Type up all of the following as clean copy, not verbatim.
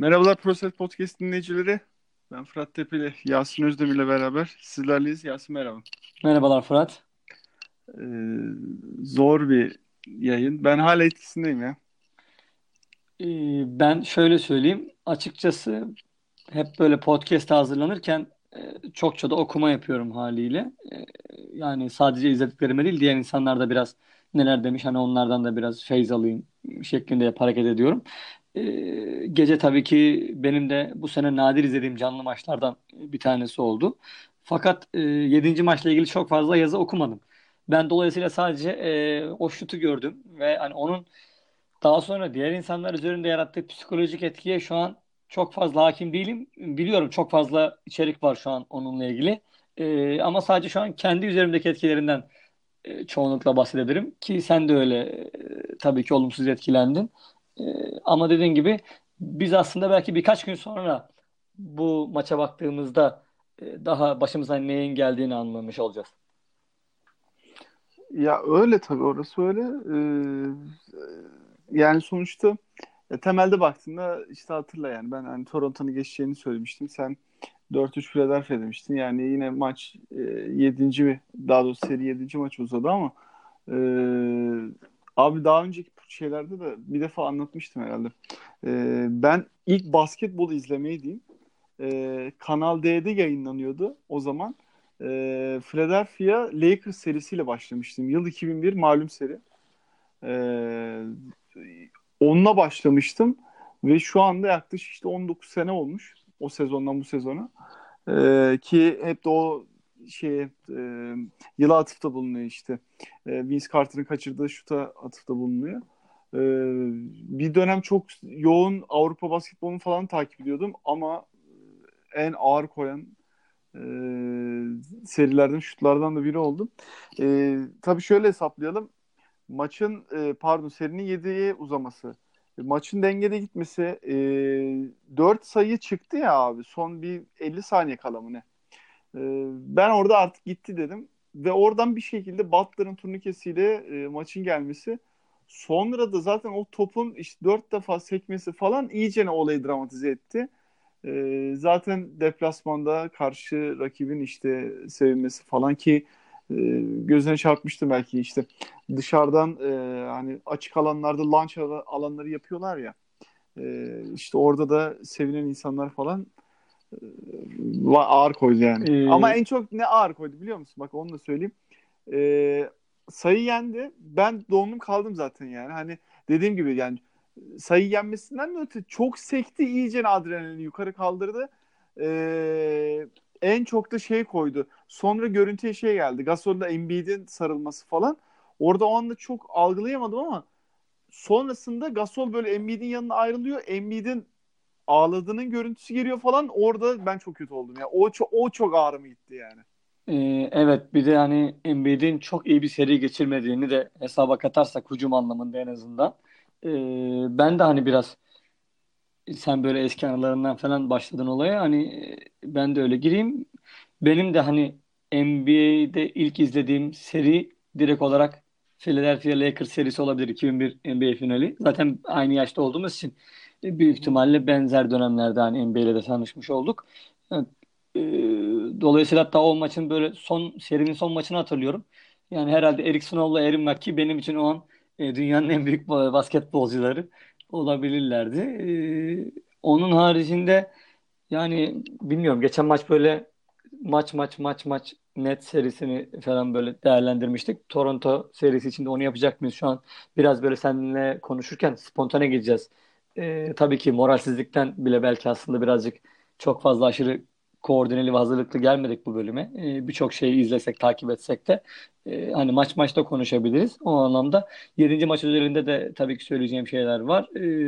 Merhabalar Proset Podcast dinleyicileri. Ben Fırat Tepeli, Yasin Özdemir ile beraber sizlerleyiz. Yasin merhaba. Merhabalar Fırat. Ee, Zor bir yayın. Ben hala etkisindeyim ya. Ben şöyle söyleyeyim. Açıkçası hep böyle podcast hazırlanırken çokça da okuma yapıyorum haliyle. Yani sadece izlediklerime değil diğer insanlar da biraz neler demiş hani onlardan da biraz feyz alayım şeklinde hareket ediyorum. Gece tabii ki benim de bu sene nadir izlediğim canlı maçlardan bir tanesi oldu. Fakat 7. maçla ilgili çok fazla yazı okumadım. Ben dolayısıyla sadece o şutu gördüm ve hani onun daha sonra diğer insanlar üzerinde yarattığı psikolojik etkiye şu an çok fazla hakim değilim. Biliyorum çok fazla içerik var şu an onunla ilgili. Ama sadece şu an kendi üzerimdeki etkilerinden çoğunlukla bahsedebilirim. Ki sen de öyle tabii ki olumsuz etkilendin. E, Ama dediğin gibi biz aslında belki birkaç gün sonra bu maça baktığımızda daha başımıza neyin geldiğini anlamış olacağız. Ya öyle tabii orası öyle. Yani sonuçta temelde baktığında işte hatırla yani ben hani Toronto'nun geçeceğini söylemiştim. Sen 4-3 Philadelphia demiştin. Yani yine maç 7. daha doğrusu seri 7. maç uzadı ama e, abi daha önceki şeylerde de bir defa anlatmıştım herhalde. Ben ilk basketbol izlemeyi diyeyim. Kanal D'de yayınlanıyordu o zaman. Philadelphia Lakers serisiyle başlamıştım. Yıl 2001 malum seri. Ee, Onunla başlamıştım ve şu anda yaklaşık işte 19 sene olmuş o sezondan bu sezona. Ki hep de o şeye yıla atıfta bulunuyor işte. Vince Carter'ın kaçırdığı şuta atıfta bulunuyor. Ee, Bir dönem çok yoğun Avrupa basketbolunu falan takip ediyordum ama en ağır koyan e, serilerden, şutlardan da biri oldum. Tabii şöyle hesaplayalım. Pardon serinin 7'ye uzaması. Maçın dengede gitmesi 4 sayı çıktı ya abi. Son bir 50 saniye kala mı ne? Ben orada artık gitti dedim. Ve oradan bir şekilde Butler'ın turnikesiyle maçın gelmesi. Sonra da zaten o topun işte 4 defa sekmesi falan iyicene olayı dramatize etti. Zaten deplasmanda karşı rakibin işte sevinmesi falan ki gözüne çarpmıştı belki işte dışarıdan hani açık alanlarda alanları yapıyorlar ya işte orada da sevinen insanlar falan ağır koydu yani. Ama E, en çok ne ağır koydu biliyor musun? Bak onu da söyleyeyim. E, Sayı yendi. Ben dondum kaldım zaten yani. Hani dediğim gibi yani sayı yenmesinden de öte çok sekti iyice adrenalini yukarı kaldırdı. En çok da şey koydu. Sonra görüntüye şey geldi. Gasol'la Embiid'in sarılması falan. Orada o anda çok algılayamadım ama sonrasında Gasol böyle Embiid'in yanına ayrılıyor. Embiid'in ağladığının görüntüsü geliyor falan. Orada ben çok kötü oldum ya. O çok ağrıma gitti yani. evet bir de hani Embiid'in çok iyi bir seri geçirmediğini de hesaba katarsak hücum anlamında en azından. Ben de hani biraz sen böyle eski anılarından falan başladın olaya hani ben de öyle gireyim. Benim de hani NBA'de ilk izlediğim seri direkt olarak Philadelphia Lakers serisi olabilir 2001 NBA finali. Zaten aynı yaşta olduğumuz için büyük Hı hı. ihtimalle benzer dönemlerde hani NBA ile de tanışmış olduk. E, Dolayısıyla hatta o maçın böyle serinin son maçını hatırlıyorum. Yani herhalde Eric Snow'la Erin McKee benim için o an dünyanın en büyük basketbolcuları olabilirlerdi. Onun haricinde yani bilmiyorum geçen maç böyle maç net serisini falan böyle değerlendirmiştik. Toronto serisi için de onu yapacak mıyız şu an? Biraz böyle seninle konuşurken spontane gideceğiz. Tabii ki moralsizlikten bile belki aslında birazcık çok fazla aşırı koordineli ve hazırlıklı gelmedik bu bölüme. Birçok şeyi izlesek, takip etsek de hani maçta konuşabiliriz. O anlamda 7. maç üzerinde de tabii ki söyleyeceğim şeyler var.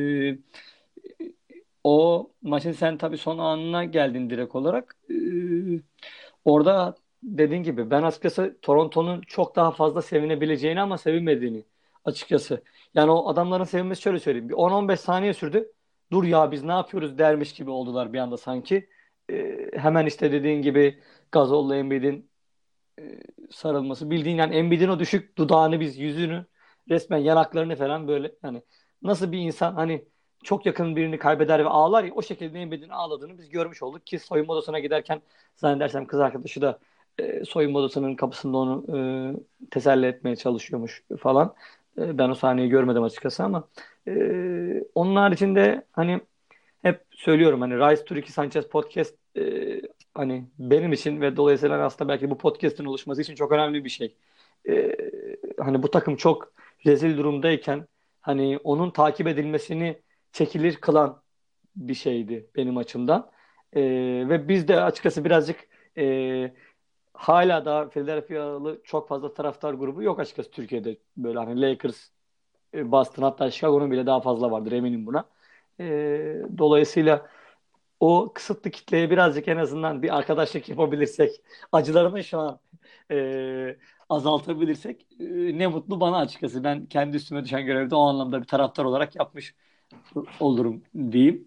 O maçın sen tabii son anına geldin direkt olarak. Orada dediğin gibi ben açıkçası Toronto'nun çok daha fazla sevinebileceğini ama sevinmediğini açıkçası. Yani o adamların sevinmesi şöyle söyleyeyim. Bir 10-15 saniye sürdü. Dur ya biz ne yapıyoruz dermiş gibi oldular bir anda sanki. Hemen işte dediğin gibi Gasol'la Embiid'in sarılması. Bildiğin yani Embiid'in o düşük dudağını biz yüzünü resmen yanaklarını falan böyle hani nasıl bir insan hani çok yakın birini kaybeder ve ağlar ya, o şekilde Embiid'in ağladığını biz görmüş olduk ki soyunma odasına giderken zannedersem kız arkadaşı da soyunma odasının kapısında onu teselli etmeye çalışıyormuş falan. Ben o sahneyi görmedim açıkçası ama onun haricinde hani hep söylüyorum hani Rise to Ricky Sanchez podcast hani benim için ve dolayısıyla aslında belki bu podcast'in oluşması için çok önemli bir şey. E, Hani bu takım çok rezil durumdayken hani onun takip edilmesini çekilir kılan bir şeydi benim açımdan. E, Ve biz de açıkçası birazcık hala daha Philadelphia'lı çok fazla taraftar grubu yok açıkçası Türkiye'de. Böyle hani Lakers, Boston, hatta Chicago'nun bile daha fazla vardır, eminim buna. Dolayısıyla o kısıtlı kitleye birazcık en azından bir arkadaşlık yapabilirsek, acılarını şu an azaltabilirsek ne mutlu bana açıkçası. Ben kendi üstüme düşen görevde o anlamda bir taraftar olarak yapmış olurum diyeyim.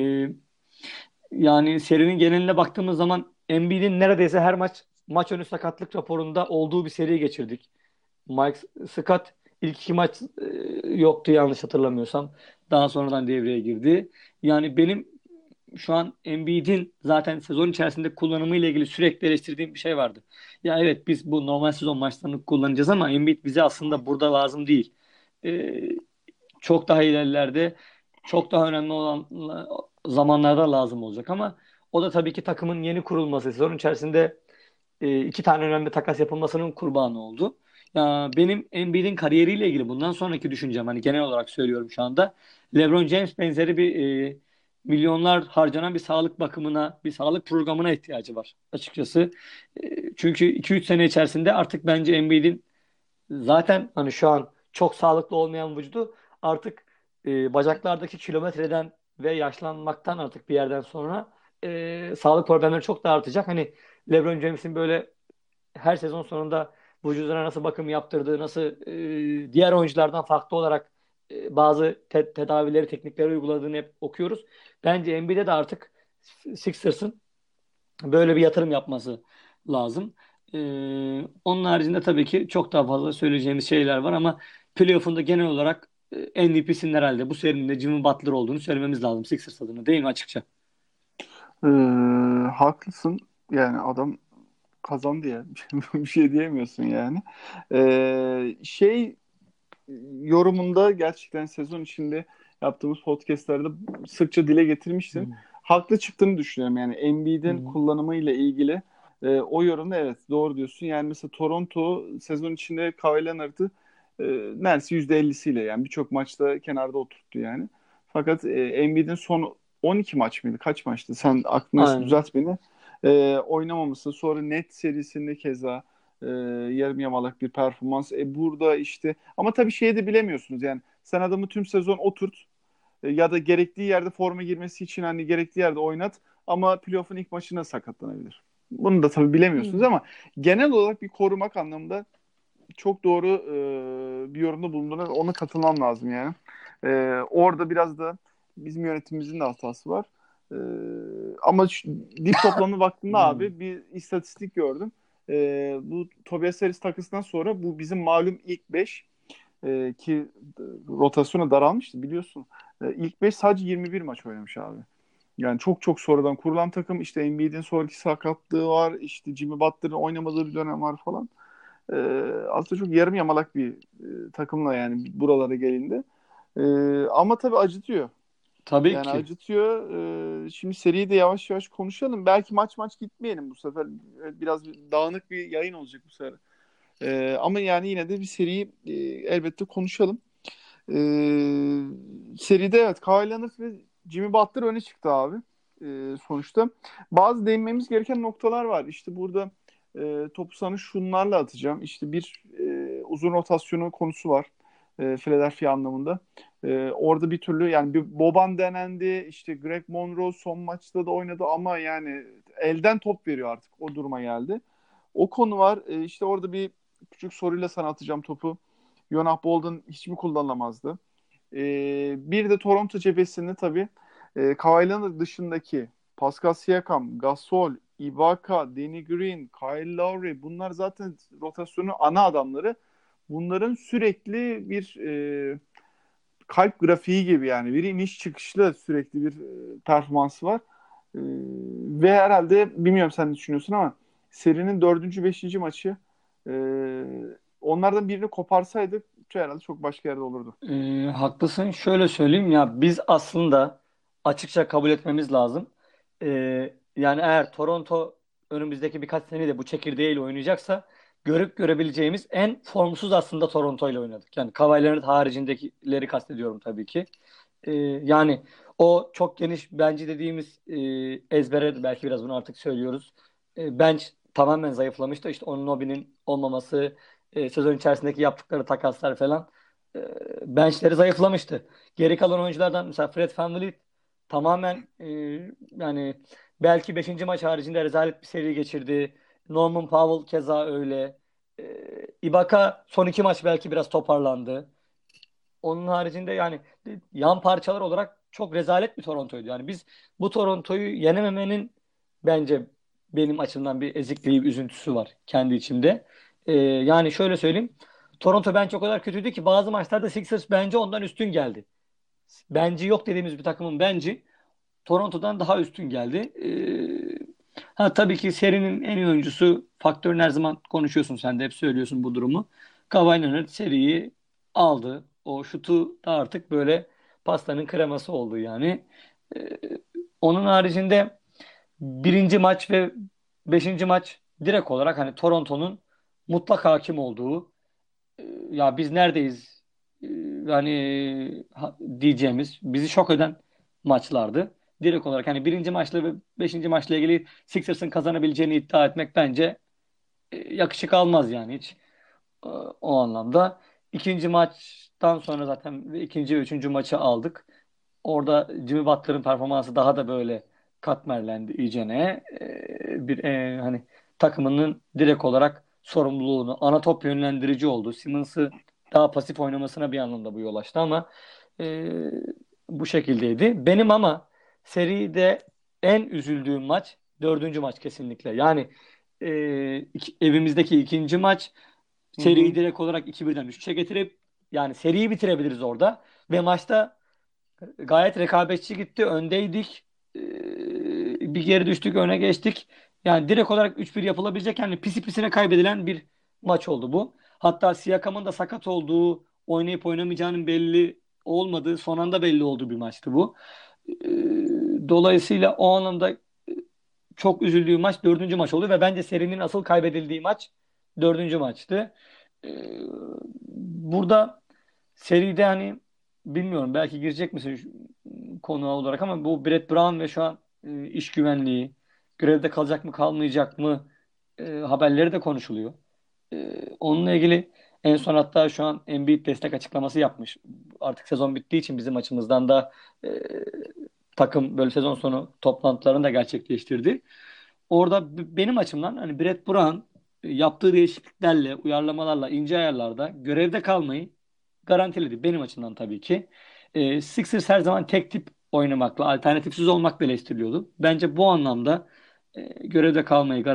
Yani serinin geneline baktığımız zaman Embiid'in neredeyse her maç önü sakatlık raporunda olduğu bir seri geçirdik. Mike Scott ilk iki maç yoktu yanlış hatırlamıyorsam. Daha sonradan devreye girdi. Yani benim şu an Embiid'in zaten sezon içerisinde kullanımı ile ilgili sürekli eleştirdiğim bir şey vardı. Ya evet, biz bu normal sezon maçlarını kullanacağız ama Embiid bize aslında burada lazım değil. Ee, Çok daha ilerilerde, çok daha önemli olan zamanlarda lazım olacak ama o da tabii ki takımın yeni kurulması, sezon içerisinde iki tane önemli takas yapılmasının kurbanı oldu. Ya benim Embiid'in kariyeriyle ilgili bundan sonraki düşüncem, hani genel olarak söylüyorum şu anda. LeBron James benzeri bir milyonlar harcanan bir sağlık bakımına, bir sağlık programına ihtiyacı var açıkçası. Çünkü 2-3 sene içerisinde artık bence Embiid'in zaten hani şu an çok sağlıklı olmayan vücudu artık bacaklardaki kilometreden ve yaşlanmaktan artık bir yerden sonra sağlık problemleri çok da artacak. Hani LeBron James'in böyle her sezon sonunda vücuduna nasıl bakım yaptırdığı, nasıl diğer oyunculardan farklı olarak bazı tedavileri, teknikleri uyguladığını hep okuyoruz. Bence NBA'de de artık Sixers'ın böyle bir yatırım yapması lazım. Onun haricinde tabii ki çok daha fazla söyleyeceğimiz şeyler var ama playoff'un da genel olarak MVP'sinin herhalde bu serinin de Jimmy Butler olduğunu söylememiz lazım Sixers adına, değil mi açıkça? Ee, haklısın. Yani adam kazandı ya. Bir şey diyemiyorsun yani. Şey yorumunda gerçekten sezon içinde yaptığımız podcastlerde sıkça dile getirmiştin. Hmm. Haklı çıktığını düşünüyorum. Yani Embiid'in Hmm. kullanımıyla ilgili o yorumda evet doğru diyorsun. Yani mesela Toronto sezon içinde Kawhi Leonard'ı neredeyse %50'siyle yani birçok maçta kenarda oturttu yani. Fakat Embiid'in son 12 maç mıydı? Kaç maçtı? Sen aklına Aynen. düzelt beni. Oynamaması. Sonra net serisinde keza yarım yamalak bir performans. Burada işte ama tabii şeyi de bilemiyorsunuz yani sen adamı tüm sezon oturt ya da gerektiği yerde forma girmesi için hani gerektiği yerde oynat ama playoff'un ilk maçına sakatlanabilir. Bunu da tabii bilemiyorsunuz Hmm. ama genel olarak bir korumak anlamında çok doğru bir yorumda bulunduğuna ona katılmam lazım yani. Orada biraz da bizim yönetimimizin de hatası var. E, ama dip toplamına baktığımda Hmm. abi bir istatistik gördüm. Bu Tobias Harris takısından sonra bu bizim malum ilk 5 ki rotasyona daralmıştı biliyorsun. İlk 5 sadece 21 maç oynamış abi. Yani çok çok sonradan kurulan takım işte Embiid'in sonraki sakatlığı var. İşte Jimmy Butler'ın oynamadığı bir dönem var falan. E, aslında çok yarım yamalak bir takımla yani buralara gelindi. Ama tabii acıtıyor. Tabii Yani ki. acıtıyor. Şimdi seriyi de yavaş yavaş konuşalım. Belki maç maç gitmeyelim bu sefer. Biraz dağınık bir yayın olacak bu sefer. Ama yani yine de bir seriyi elbette konuşalım. Seride evet Kawhi Leonard ve Jimmy Butler öne çıktı abi. Sonuçta. Bazı değinmemiz gereken noktalar var. İşte burada topu sana şunlarla atacağım. İşte bir uzun rotasyonu konusu var. Philadelphia anlamında. Orada bir türlü yani bir Boban denendi. İşte Greg Monroe son maçta da oynadı ama yani elden top veriyor artık. O duruma geldi. O konu var. İşte orada bir küçük soruyla sana atacağım topu. Jonah Bolden hiç mi kullanılamazdı? Bir de Toronto cephesinde tabii Kawhi Leonard dışındaki Pascal Siakam, Gasol, Ibaka, Danny Green, Kyle Lowry bunlar zaten rotasyonun ana adamları. Bunların sürekli bir kalp grafiği gibi yani. Bir iniş çıkışlı sürekli bir performansı var. E, Ve herhalde bilmiyorum sen ne düşünüyorsun ama serinin dördüncü, beşinci maçı e, onlardan birini koparsaydık herhalde çok başka yerde olurdu. Haklısın. Şöyle söyleyeyim ya, biz aslında açıkça kabul etmemiz lazım. Yani eğer Toronto önümüzdeki birkaç sene de bu çekirdeğiyle oynayacaksa görüp görebileceğimiz en formsuz aslında Toronto ile oynadık. Yani Kawhi Leonard haricindekileri kastediyorum tabii ki. Yani o çok geniş bench dediğimiz ezbere belki biraz bunu artık söylüyoruz. Bench tamamen zayıflamıştı. İşte Anunoby'nin olmaması, sezon içerisindeki yaptıkları takaslar falan benchleri zayıflamıştı. Geri kalan oyunculardan mesela Fred VanVleet tamamen yani belki beşinci maç haricinde rezalet bir seri geçirdi. Norman Powell keza öyle. Ibaka son 2 maç belki biraz toparlandı. Onun haricinde yani yan parçalar olarak çok rezalet bir Toronto'ydu. Yani biz bu Toronto'yu yenememenin bence benim açımdan bir ezikliği, bir üzüntüsü var kendi içimde. Yani şöyle söyleyeyim. Toronto bence o kadar kötüydü ki bazı maçlarda Sixers bence ondan üstün geldi. Bence yok dediğimiz bir takımın bence Toronto'dan daha üstün geldi. Ha tabii ki serinin en iyi oyuncusu faktörün her zaman konuşuyorsun, sen de hep söylüyorsun bu durumu. Kawhi Leonard seriyi aldı. O şutu da artık böyle pastanın kreması oldu yani. Ee, Onun haricinde birinci maç ve beşinci maç direkt olarak hani Toronto'nun mutlak hakim olduğu, ya biz neredeyiz yani diyeceğimiz, bizi şok eden maçlardı. Direkt olarak hani birinci maçla ve beşinci maçla ilgili Sixers'ın kazanabileceğini iddia etmek bence yakışık almaz yani hiç o anlamda. İkinci maçtan sonra zaten ikinci ve üçüncü maçı aldık. Orada Jimmy Butler'ın performansı daha da böyle katmerlendi iyicene. Hani takımının direkt olarak sorumluluğunu, ana top yönlendirici oldu. Simmons'ı daha pasif oynamasına bir anlamda bu yol açtı ama e, bu şekildeydi. Benim ama seride en üzüldüğüm maç dördüncü maç kesinlikle. Yani evimizdeki ikinci maç, Hı seriyi hı. direkt olarak 2-1'den 3'e getirip yani seriyi bitirebiliriz orada. Ve maçta gayet rekabetçi gitti. Öndeydik. Bir geri düştük, öne geçtik. Yani direkt olarak 3-1 yapılabilecek yani pisi pisine kaybedilen bir maç oldu bu. Hatta Siakam'ın da sakat olduğu, oynayıp oynamayacağının belli olmadığı, son anda belli olduğu bir maçtı bu. Dolayısıyla o anlamda çok üzüldüğüm maç dördüncü maç oldu ve bence serinin asıl kaybedildiği maç dördüncü maçtı. Ee, Burada seride hani bilmiyorum belki girecek misin konu olarak ama bu Brett Brown ve şu an iş güvenliği, görevde kalacak mı kalmayacak mı haberleri de konuşuluyor. Onunla ilgili en son hatta şu an Embiid destek açıklaması yapmış. Artık sezon bittiği için bizim açımızdan da e, takım böyle sezon sonu toplantılarını da gerçekleştirdi. Orada benim açımdan hani Brett Brown yaptığı değişikliklerle, uyarlamalarla, ince ayarlarda görevde kalmayı garantiledi. Benim açımdan tabii ki. Sixers her zaman tek tip oynamakla, alternatifsiz olmakla eleştiriliyordu. Bence bu anlamda görevde kalmayı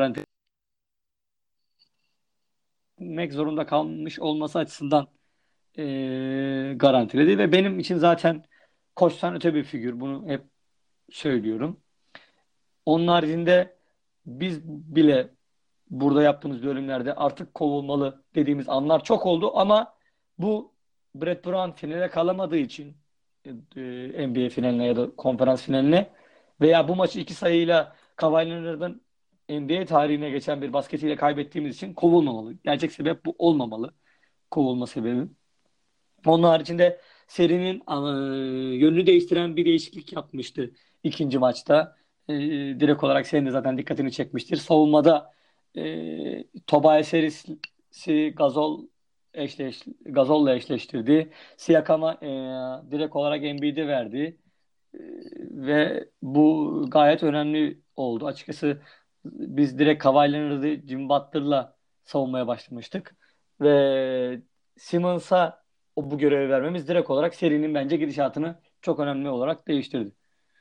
garantilemek zorunda kalmış olması açısından garantiledi ve benim için zaten koçtan öte bir figür. Bunu hep söylüyorum. Onun haricinde biz bile burada yaptığımız bölümlerde artık kovulmalı dediğimiz anlar çok oldu ama bu Brett Brown finale kalamadığı için NBA finaline ya da konferans finaline veya bu maçı 2 sayıyla Kawhi Leonard'ın NBA tarihine geçen bir basketiyle kaybettiğimiz için kovulmamalı. Gerçek sebep bu olmamalı. Kovulma sebebi. Onun haricinde serinin yönünü değiştiren bir değişiklik yapmıştı ikinci maçta. Direkt olarak senin de zaten dikkatini çekmiştir. Savunmada Tobias Harris'i Gasol'la eşleştirdi. Siakam'a direkt olarak Embiid'i verdi. E, Ve bu gayet önemli oldu. Açıkçası biz direkt Kawhi Leonard'ı Jimmy Butler'la savunmaya başlamıştık. Ve Simmons'a bu görevi vermemiz direkt olarak serinin bence gidişatını çok önemli olarak değiştirdi.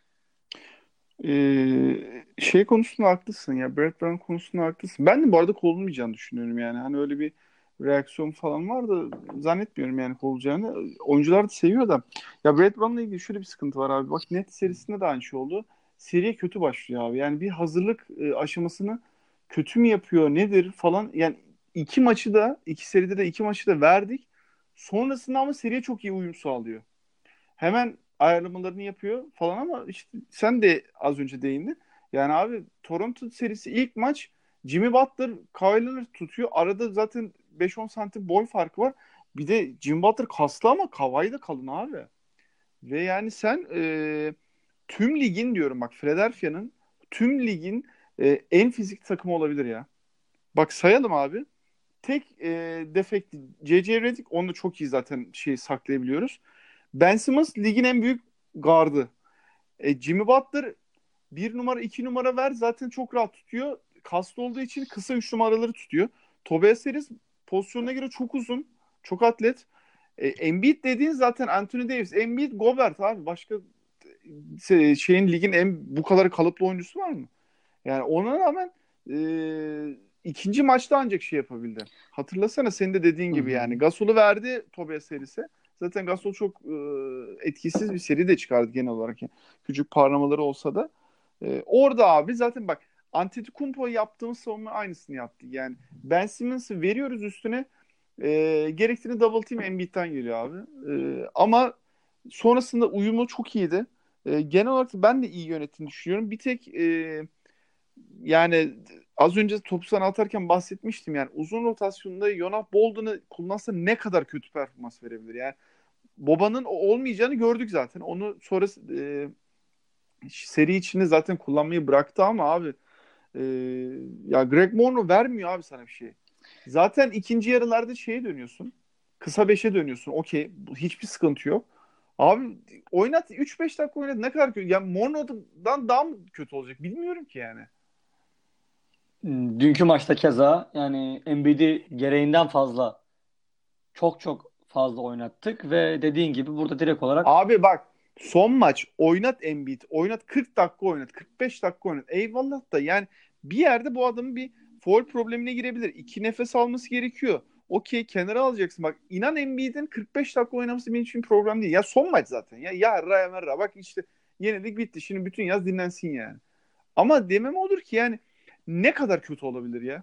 Şey konusunda haklısın ya. Brett Brown konusunda haklısın. Ben de bu arada kovulmayacağını düşünüyorum yani. Hani öyle bir reaksiyon falan var da zannetmiyorum yani olacağını. Oyuncular da seviyor da. Ya Brett Brown'la ilgili şöyle bir sıkıntı var abi. Bak net serisinde de aynı şey oldu. Seriye kötü başlıyor abi. Yani bir hazırlık aşamasını kötü mü yapıyor nedir falan. Yani iki seride de iki maçı da verdik. Sonrasında ama seriye çok iyi uyum sağlıyor. Hemen ayarlamalarını yapıyor falan ama işte sen de az önce değindin. Yani abi Toronto serisi ilk maç Jimmy Butler Kawhi Leonard tutuyor. Arada zaten 5-10 santim boy farkı var. Bir de Jimmy Butler kaslı ama Kawhi da kalın abi. Ve yani sen tüm ligin diyorum bak Philadelphia'nın tüm ligin en fizik takımı olabilir ya. Bak sayalım abi. Tek defekt J.J. Redick onu da çok iyi zaten saklayabiliyoruz. Ben Simmons ligin en büyük gardı. Jimmy Butler bir numara iki numara ver zaten çok rahat tutuyor. Kaslı olduğu için kısa üç numaraları tutuyor. Tobias Harris pozisyonuna göre çok uzun. Çok atlet. Embiid dediğin zaten Anthony Davis. Embiid Gobert abi. Başka ligin en bu kadar kalıplı oyuncusu var mı? Yani ona rağmen ikinci maçta ancak yapabildi. Hatırlasana senin de dediğin Hı gibi yani. hı. Gasol'u verdi Tobias Harris'e. Zaten Gasol çok etkisiz bir seri de çıkardı genel olarak. Yani. Küçük parlamaları olsa da. Orada abi zaten bak Antetokounmpo yaptığımız savunma aynısını yaptı. Yani Ben Simmons'ı veriyoruz üstüne gerektiğinde double team Embiid'den geliyor abi. Ama sonrasında uyumu çok iyiydi. Genel olarak ben de iyi yönettiğini düşünüyorum. Bir tek yani az önce topu sana atarken bahsetmiştim yani uzun rotasyonda Jonas Bolden'ı kullansa ne kadar kötü performans verebilir yani. Boba'nın olmayacağını gördük zaten. Onu sonra seri içinde zaten kullanmayı bıraktı ama abi e, ya Greg Monroe vermiyor abi sana bir şey. Zaten ikinci yarılarda dönüyorsun. Kısa beşe dönüyorsun. Okey. Hiçbir sıkıntı yok. Abi oynat 3-5 dakika oynat ne kadar kötü. Yani Monroe'dan daha mı kötü olacak bilmiyorum ki yani. Dünkü maçta keza yani Embiid'i gereğinden fazla çok çok fazla oynattık ve dediğin gibi burada direkt olarak Abi bak son maç oynat Embiid. Oynat 40 dakika oynat. 45 dakika oynat. Eyvallah da yani bir yerde bu adamın bir foul problemine girebilir. İki nefes alması gerekiyor. Okey kenara alacaksın. Bak inan Embiid'in 45 dakika oynaması benim için problem değil. Ya son maç zaten. Ya yarra yamarra. Bak işte yenildik bitti. Şimdi bütün yaz dinlensin yani. Ama demem olur ki yani ne kadar kötü olabilir ya?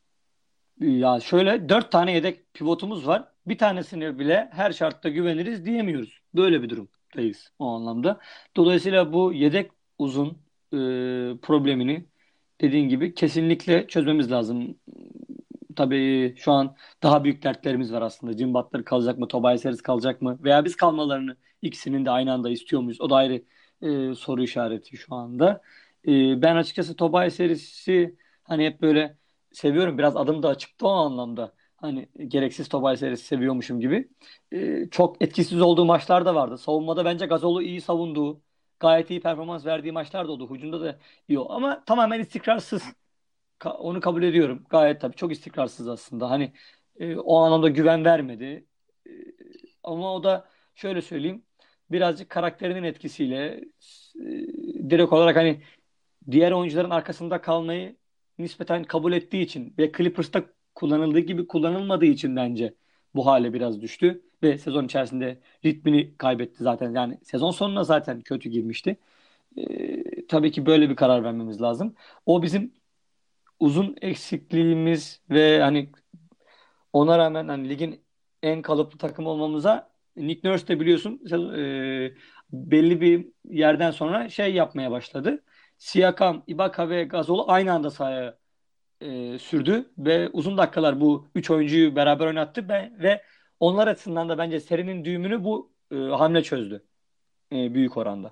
ya şöyle dört tane yedek pivotumuz var. Bir tanesine bile her şartta güveniriz diyemiyoruz. Böyle bir durumdayız o anlamda. Dolayısıyla bu yedek uzun problemini dediğin gibi kesinlikle çözmemiz lazım. Tabii şu an daha büyük dertlerimiz var aslında. Jim Butler kalacak mı? Tobias Harris kalacak mı? Veya biz kalmalarını ikisinin de aynı anda istiyor muyuz? O da ayrı soru işareti şu anda. Ben açıkçası Tobias Harris'i hani hep böyle seviyorum. Biraz adım da açıktı o anlamda. Hani gereksiz Tobias Harris'i seviyormuşum gibi. Çok etkisiz olduğu maçlar da vardı. Savunmada bence Gazol'u iyi savunduğu, gayet iyi performans verdiği maçlar da oldu. Hücumda da iyi o. Ama tamamen istikrarsız. Onu kabul ediyorum. Gayet tabii çok istikrarsız aslında. Hani o anlamda güven vermedi. E, ama o da şöyle söyleyeyim. Birazcık karakterinin etkisiyle direkt olarak hani diğer oyuncuların arkasında kalmayı nispeten kabul ettiği için ve Clippers'ta kullanıldığı gibi kullanılmadığı için bence bu hale biraz düştü ve sezon içerisinde ritmini kaybetti zaten. Yani sezon sonuna zaten kötü girmişti. Tabii ki böyle bir karar vermemiz lazım. O bizim uzun eksikliğimiz ve hani ona rağmen hani ligin en kalıplı takım olmamıza Nick Nurse de biliyorsun belli bir yerden sonra şey yapmaya başladı. Siakam, Ibaka ve Gazol'u aynı anda sahaya sürdü ve uzun dakikalar bu üç oyuncuyu beraber oynattı ve onlar açısından da bence serinin düğümünü bu hamle çözdü büyük oranda.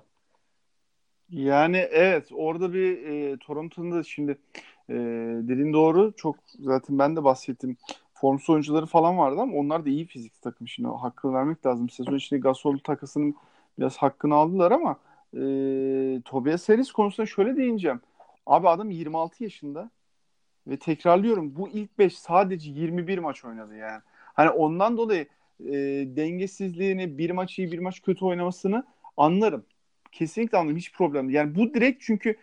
Yani evet orada bir Toronto'nun da şimdi e, dediğin doğru. Çok zaten ben de bahsettim. Formsuz oyuncuları falan vardı ama onlar da iyi fizikli takım. Şimdi o hakkını vermek lazım. Sezon içinde Gasol takasının biraz hakkını aldılar ama Tobias Harris konusunda şöyle değineceğim. Abi adam 26 yaşında ve tekrarlıyorum bu ilk 5 sadece 21 maç oynadı yani. Hani ondan dolayı e, dengesizliğini bir maç iyi bir maç kötü oynamasını anlarım. Kesinlikle anlarım. Hiç problem değil. Yani bu direkt çünkü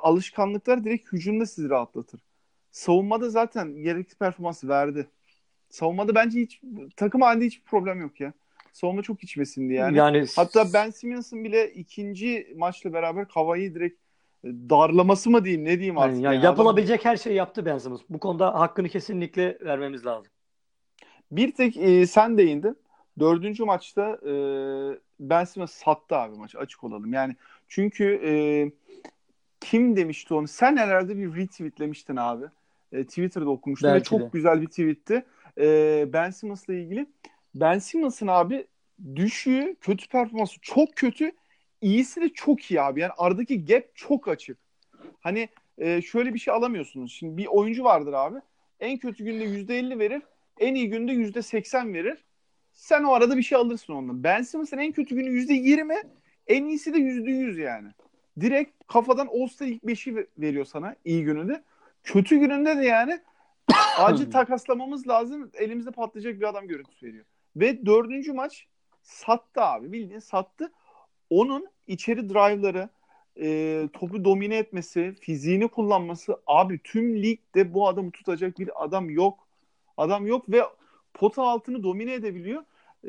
alışkanlıklar direkt hücumda sizi rahatlatır. Savunmada zaten gerekli performans verdi. Savunmada bence hiç takım halinde hiçbir problem yok ya. Savunma çok içmesindi yani. Yani Hatta Ben Simmons'ın bile ikinci maçla beraber Kavai'yi direkt darlaması mı diyeyim ne diyeyim yani, artık yani yani adam yapılabilecek her şeyi yaptı Ben Simmons. Bu konuda hakkını kesinlikle vermemiz lazım. bir tek sen değindin. Dördüncü maçta Ben Simmons sattı abi maçı açık olalım. Yani çünkü kim demişti onu? Sen herhalde bir retweetlemiştin abi. Twitter'da okumuştum ve Belki çok de. güzel bir tweetti. Ben Simmons'la ilgili. Ben Simmons'ın abi düşüğü, kötü performansı çok kötü. İyisi de çok iyi abi. Yani aradaki gap çok açık. Hani şöyle bir şey alamıyorsunuz. Şimdi bir oyuncu vardır abi. En kötü günde %50 verir. En iyi günde %80 verir. Sen o arada bir şey alırsın ondan. Ben Simmons'ın en kötü günü %20, en iyisi de %100 yani. Direkt kafadan All-Star ilk 5'i veriyor sana iyi gününde. Kötü gününde de yani acil takaslamamız lazım. Elimizde patlayacak bir adam görüntüsü veriyor. Ve dördüncü maç sattı abi. Bildiğin sattı. Onun içeri drive'ları, topu domine etmesi, fiziğini kullanması abi tüm ligde bu adamı tutacak bir adam yok. Adam yok ve pota altını domine edebiliyor.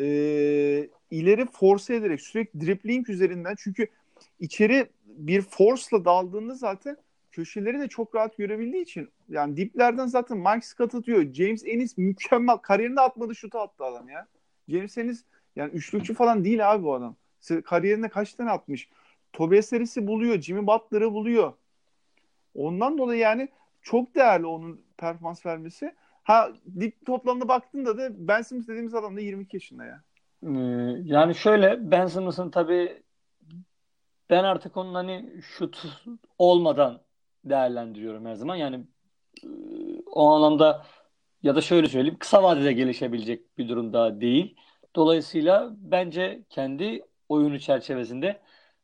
İleri force ederek sürekli dribbling üzerinden çünkü içeri bir force'la daldığında zaten köşeleri de çok rahat görebildiği için yani diplerden zaten Mike Scott atıyor. James Ennis mükemmel. Kariyerinde atmadığı şutu attı adam ya. James Ennis yani üçlükçü falan değil abi bu adam. Kariyerinde kaç tane atmış? Tobias Harris'i buluyor. Jimmy Butler'ı buluyor. Ondan dolayı yani çok değerli onun performans vermesi. Ha lig toplamda baktığında da Ben Simmons dediğimiz adam da 22 yaşında ya. Ee, Yani şöyle Ben Simmons'ın tabii ben artık onun hani şut olmadan değerlendiriyorum her zaman. Yani e, o anlamda ya da şöyle söyleyeyim kısa vadede gelişebilecek bir durumda değil. Dolayısıyla bence kendi oyunu çerçevesinde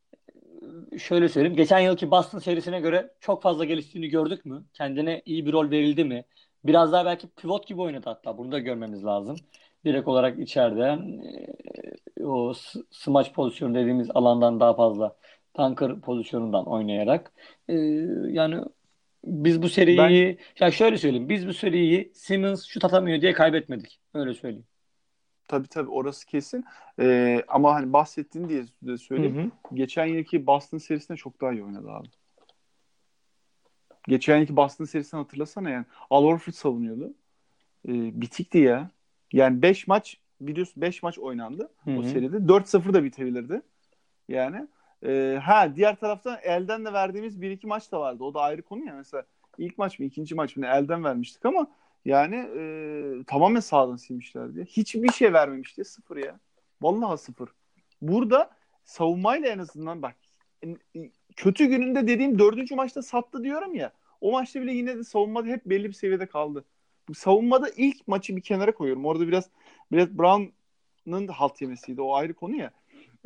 şöyle söyleyeyim. Geçen yılki Boston serisine göre çok fazla geliştiğini gördük mü? Kendine iyi bir rol verildi mi? Biraz daha belki pivot gibi oynadı hatta. Bunu da görmemiz lazım. Direkt olarak içeride o smaç pozisyonu dediğimiz alandan daha fazla tanker pozisyonundan oynayarak yani biz bu Ben seriyi ya şöyle söyleyeyim. Biz bu seriyi Simmons şut atamıyor diye kaybetmedik. Öyle söyleyeyim. tabii orası kesin. Ama hani bahsettiğin diye de Hı söyleyeyim. hı. Geçen yılki Boston serisinde çok daha iyi oynadı abi. Geçen yılki Boston serisini hatırlasana yani. Al Horford savunuyordu. Bitikti ya. Yani 5 maç biliyorsun 5 maç oynandı Hı o hı. seride. 4-0 da bitebilirdi. Yani ha diğer taraftan elden de verdiğimiz bir iki maç da vardı. O da ayrı konu ya. Mesela ilk maç mı ikinci maç mı ne elden vermiştik ama yani tamamen sağdan silmişlerdi. Hiçbir şey vermemişti. Sıfır ya. Vallahi sıfır. Burada savunmayla en azından bak kötü gününde dediğim dördüncü maçta sattı diyorum ya. O maçta bile yine de savunmada hep belli bir seviyede kaldı. Savunmada ilk maçı bir kenara koyuyorum. Orada biraz Brett Brown'ın halt yemesiydi. O ayrı konu ya.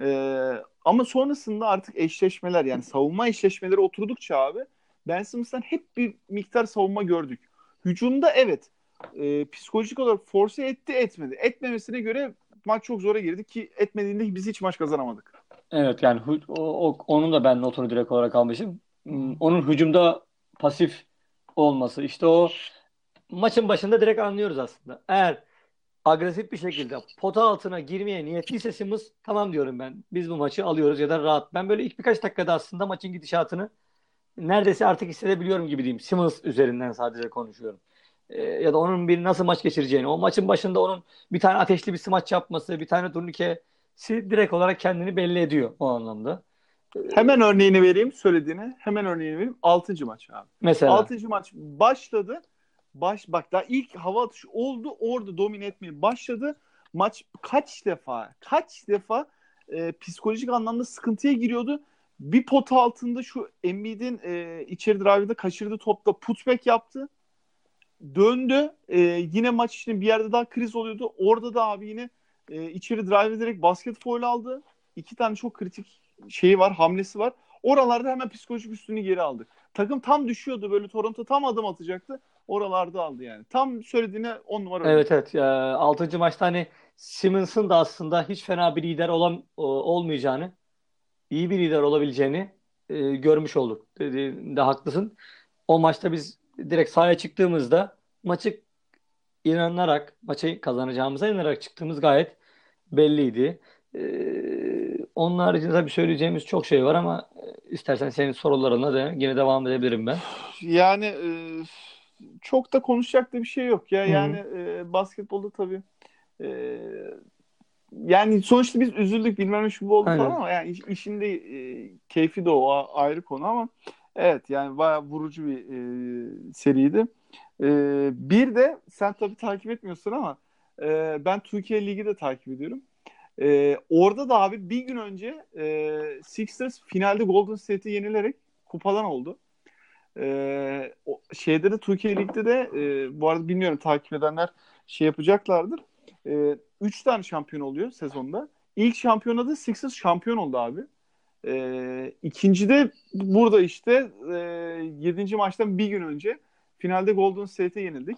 Ama sonrasında artık eşleşmeler yani savunma eşleşmeleri oturdukça abi Ben Simmons'tan hep bir miktar savunma gördük. Hücumda evet psikolojik olarak force etti etmedi. Etmemesine göre maç çok zora girdi ki etmediğinde biz hiç maç kazanamadık. Evet yani onun da ben notunu direkt olarak almışım. Onun hücumda pasif olması. İşte o maçın başında direkt anlıyoruz aslında. Eğer agresif bir şekilde pota altına girmeye niyetliyse Simmons tamam diyorum ben. Biz bu maçı alıyoruz ya da rahat. Ben böyle ilk birkaç dakikada aslında maçın gidişatını neredeyse artık hissedebiliyorum gibi diyeyim. Simmons üzerinden sadece konuşuyorum. Ya da onun bir nasıl maç geçireceğini. O maçın başında onun bir tane ateşli bir smaç yapması, bir tane turnikesi direkt olarak kendini belli ediyor o anlamda. Ee, Hemen örneğini vereyim söylediğine. Hemen örneğini vereyim. Altıncı maç abi. Mesela. Altıncı maç başladı. Bak daha ilk hava atışı oldu. Orada domine etmeye başladı. Maç kaç defa psikolojik anlamda sıkıntıya giriyordu. Bir pot altında şu Embiid'in içeri drive'da kaçırdığı topta putback yaptı. Döndü. Yine maç içinde bir yerde daha kriz oluyordu. Orada da abi yine içeri drive ederek basket foul aldı. İki tane çok kritik şeyi var, hamlesi var. Oralarda hemen psikolojik üstünü geri aldı. Takım tam düşüyordu böyle Toronto tam adım atacaktı. Oralarda aldı yani. Tam söylediğine 10 numara örnek. Evet evet. 6. maçta hani Simmons'ın da aslında hiç fena bir lider olmayacağını, iyi bir lider olabileceğini görmüş olduk. Dediğinde haklısın. O maçta biz direkt sahaya çıktığımızda maçı inanarak, maçı kazanacağımıza inanarak çıktığımız gayet belliydi. Onun haricinde tabii söyleyeceğimiz çok şey var ama istersen senin sorularına da yine devam edebilirim ben. Yani çok da konuşacak da bir şey yok ya. Hı Yani hı. basketbolda tabii e, yani sonuçta biz üzüldük bilmem ne şu bu oldu falan Aynen. ama yani işin de keyfi de o ayrı konu ama evet yani bayağı vurucu bir seriydi. Bir de sen tabii takip etmiyorsun ama ben Türkiye Ligi de takip ediyorum. Orada da abi bir gün önce Sixers finalde Golden State'i yenilerek kupadan oldu. Şeyde de Türkiye Lig'de de bu arada bilmiyorum takip edenler şey yapacaklardır. Üç tane şampiyon oluyor sezonda. İlk şampiyonada da Sixers şampiyon oldu abi. İkincide burada işte 7. maçtan bir gün önce finalde Golden State'e yenildik.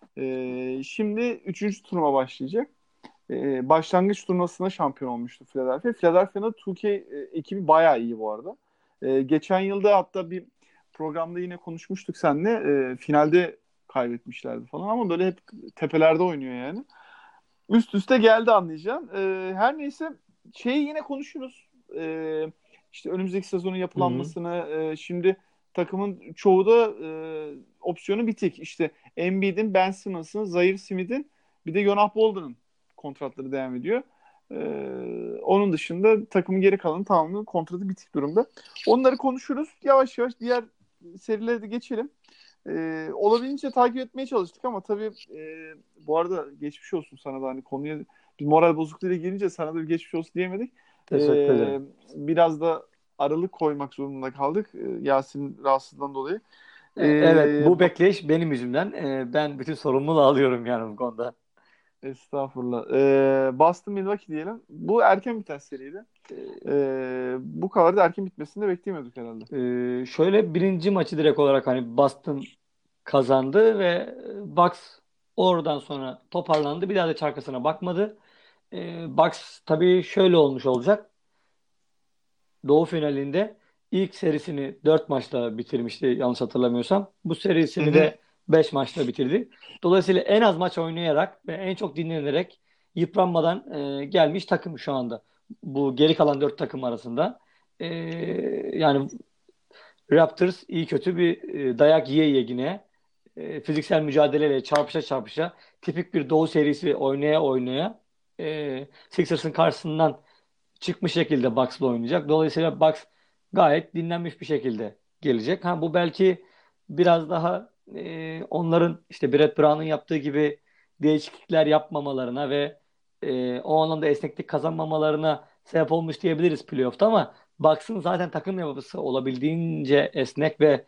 Şimdi üçüncü turnuva başlayacak. Başlangıç turnuvasında şampiyon olmuştu Philadelphia. Philadelphia'nın Türkiye ekibi bayağı iyi bu arada. Geçen yılda hatta bir programda yine konuşmuştuk seninle. Finalde kaybetmişlerdi falan ama böyle hep tepelerde oynuyor yani. Üst üste geldi anlayacağım. Her neyse şeyi yine konuşuruz. İşte önümüzdeki sezonun Hı hı. yapılanmasını şimdi takımın çoğu da opsiyonu bitik. İşte Embiid'in, Ben Simmons'ın, Zaire Smith'in bir de Jonas Bolden'ın kontratları devam ediyor. Onun dışında takımın geri kalanı tamamının kontratı bitik durumda. Onları konuşuruz. Yavaş yavaş diğer serilere de geçelim. Olabildiğince takip etmeye çalıştık ama tabii bu arada geçmiş olsun sana da hani konuya bir moral bozukluğuyla girince sana da bir geçmiş olsun diyemedik. Teşekkür ederim. Biraz da aralık koymak zorunda kaldık Yasin rahatsızlığından dolayı. Evet, Ee, bu bekleyiş benim yüzümden. Ben bütün sorumluluğu alıyorum yani bu konuda. Estağfurullah. Boston Milwaukee diyelim. Bu erken biten seriydi. Bu kadar da erken bitmesini de beklemiyorduk herhalde. Şöyle birinci maçı direkt olarak hani Boston kazandı ve Bucks oradan sonra toparlandı. Bir daha da arkasına bakmadı. Bucks tabii şöyle olmuş olacak. Doğu finalinde ilk serisini 4 maçla bitirmişti yanlış hatırlamıyorsam. Bu Hı serisini hı. de 5 maçla bitirdi. Dolayısıyla en az maç oynayarak ve en çok dinlenerek yıpranmadan gelmiş takım şu anda. Bu geri kalan 4 takım arasında. E, Yani Raptors iyi kötü bir dayak yiye yiye yine fiziksel mücadeleyle çarpışa çarpışa tipik bir Doğu serisi oynaya oynaya Sixers'ın karşısından çıkmış şekilde Bucks'la oynayacak. Dolayısıyla Bucks gayet dinlenmiş bir şekilde gelecek. Ha bu belki biraz daha onların işte Brett Brown'un yaptığı gibi değişiklikler yapmamalarına ve o anlamda esneklik kazanmamalarına sebep olmuş diyebiliriz playoff'ta ama Bucks'ın zaten takım yapısı olabildiğince esnek ve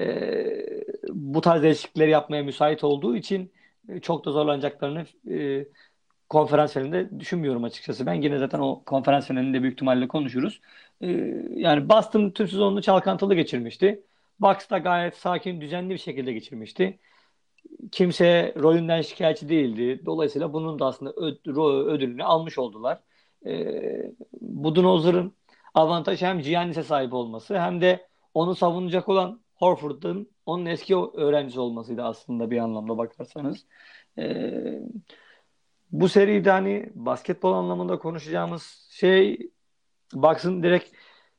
bu tarz değişiklikleri yapmaya müsait olduğu için çok da zorlanacaklarını konferans finalinde düşünmüyorum açıkçası. Ben yine zaten o konferans finalinde büyük ihtimalle konuşuruz. Ee, Yani Boston tüm sezonunu çalkantılı geçirmişti. Bucks da gayet sakin, düzenli bir şekilde geçirmişti. Kimse rolünden şikayetçi değildi. Dolayısıyla bunun da aslında ödülünü almış oldular. Budenholzer'ın avantajı hem Giannis'e sahip olması hem de onu savunacak olan Horford'un onun eski öğrencisi olmasıydı aslında bir anlamda bakarsanız. Ee, Bu seride hani basketbol anlamında konuşacağımız şey Bucks'ın direkt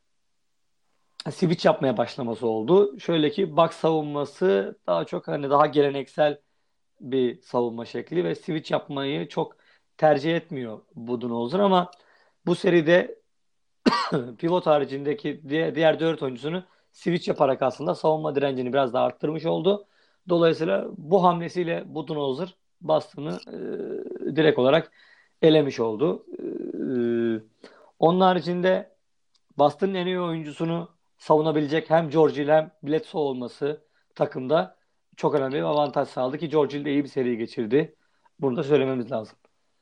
switch yapmaya başlaması oldu. Şöyle ki Bucks savunması daha çok hani daha geleneksel bir savunma şekli ve switch yapmayı çok tercih etmiyor Budenholzer ama bu seride pivot haricindeki diğer 4 oyuncusunu switch yaparak aslında savunma direncini biraz daha arttırmış oldu. Dolayısıyla bu hamlesiyle Budenholzer Boston'ı direkt olarak elemiş oldu. Onun haricinde Boston'ın en iyi oyuncusunu savunabilecek hem George Hill hem Bledsoe olması takımda çok önemli bir avantaj sağladı ki George Hill de iyi bir seri geçirdi. Bunu da söylememiz lazım.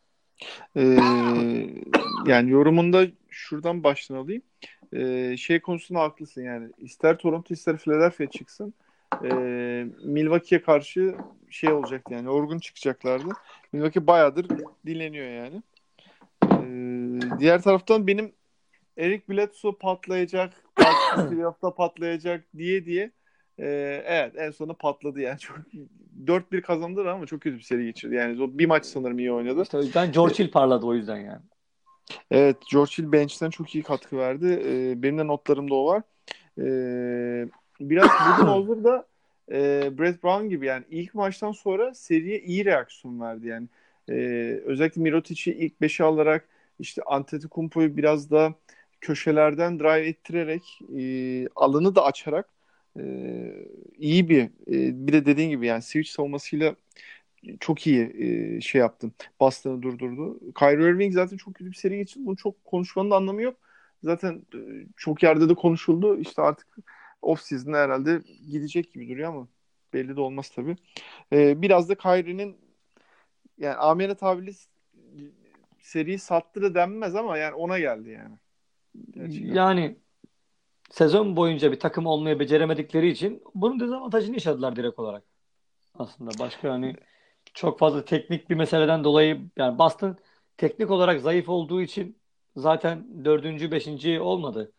Ee, Yani yorumunda şuradan baştan alayım. Şey konusunda haklısın yani. İster Toronto ister Philadelphia çıksın. Milwaukee'ye karşı şey olacaktı yani. Yorgun çıkacaklardı. Milwaukee bayağıdır dinleniyor yani. Diğer taraftan benim Eric Bledsoe patlayacak, Bucks'ın playoff'ta patlayacak diye Evet, en sonunda patladı yani. Çok 4-1 kazandılar ama çok kötü bir seri geçirdi. Yani o bir maç sanırım iyi oynadı. İşte o yüzden George Hill parladı o yüzden yani. Evet, George Hill bench'ten çok iyi katkı verdi. Benim de notlarımda o var. Biraz Budenholzer da Brett Brown gibi yani ilk maçtan sonra seriye iyi reaksiyon verdi yani. Özellikle Mirotic'i ilk 5'e alarak işte Antetokounmpo'yu biraz da köşelerden drive ettirerek alanı da açarak e, iyi bir de dediğin gibi yani switch savunmasıyla çok iyi şey yaptın. Boston'ı durdurdu. Kyrie Irving zaten çok kötü bir seri geçirdi. Bunu çok konuşmanın da anlamı yok. Zaten çok yerde de konuşuldu. İşte artık off-season'a herhalde gidecek gibi duruyor ama belli de olmaz tabii. Biraz da Kyrie'nin yani amele tabirle seriyi sattı da denmez ama yani ona geldi yani. Gerçekten. Yani sezon boyunca bir takım olmayı beceremedikleri için bunun dezavantajını yaşadılar direkt olarak. Aslında başka hani çok fazla teknik bir meseleden dolayı yani Boston teknik olarak zayıf olduğu için zaten dördüncü, beşinci olmadı.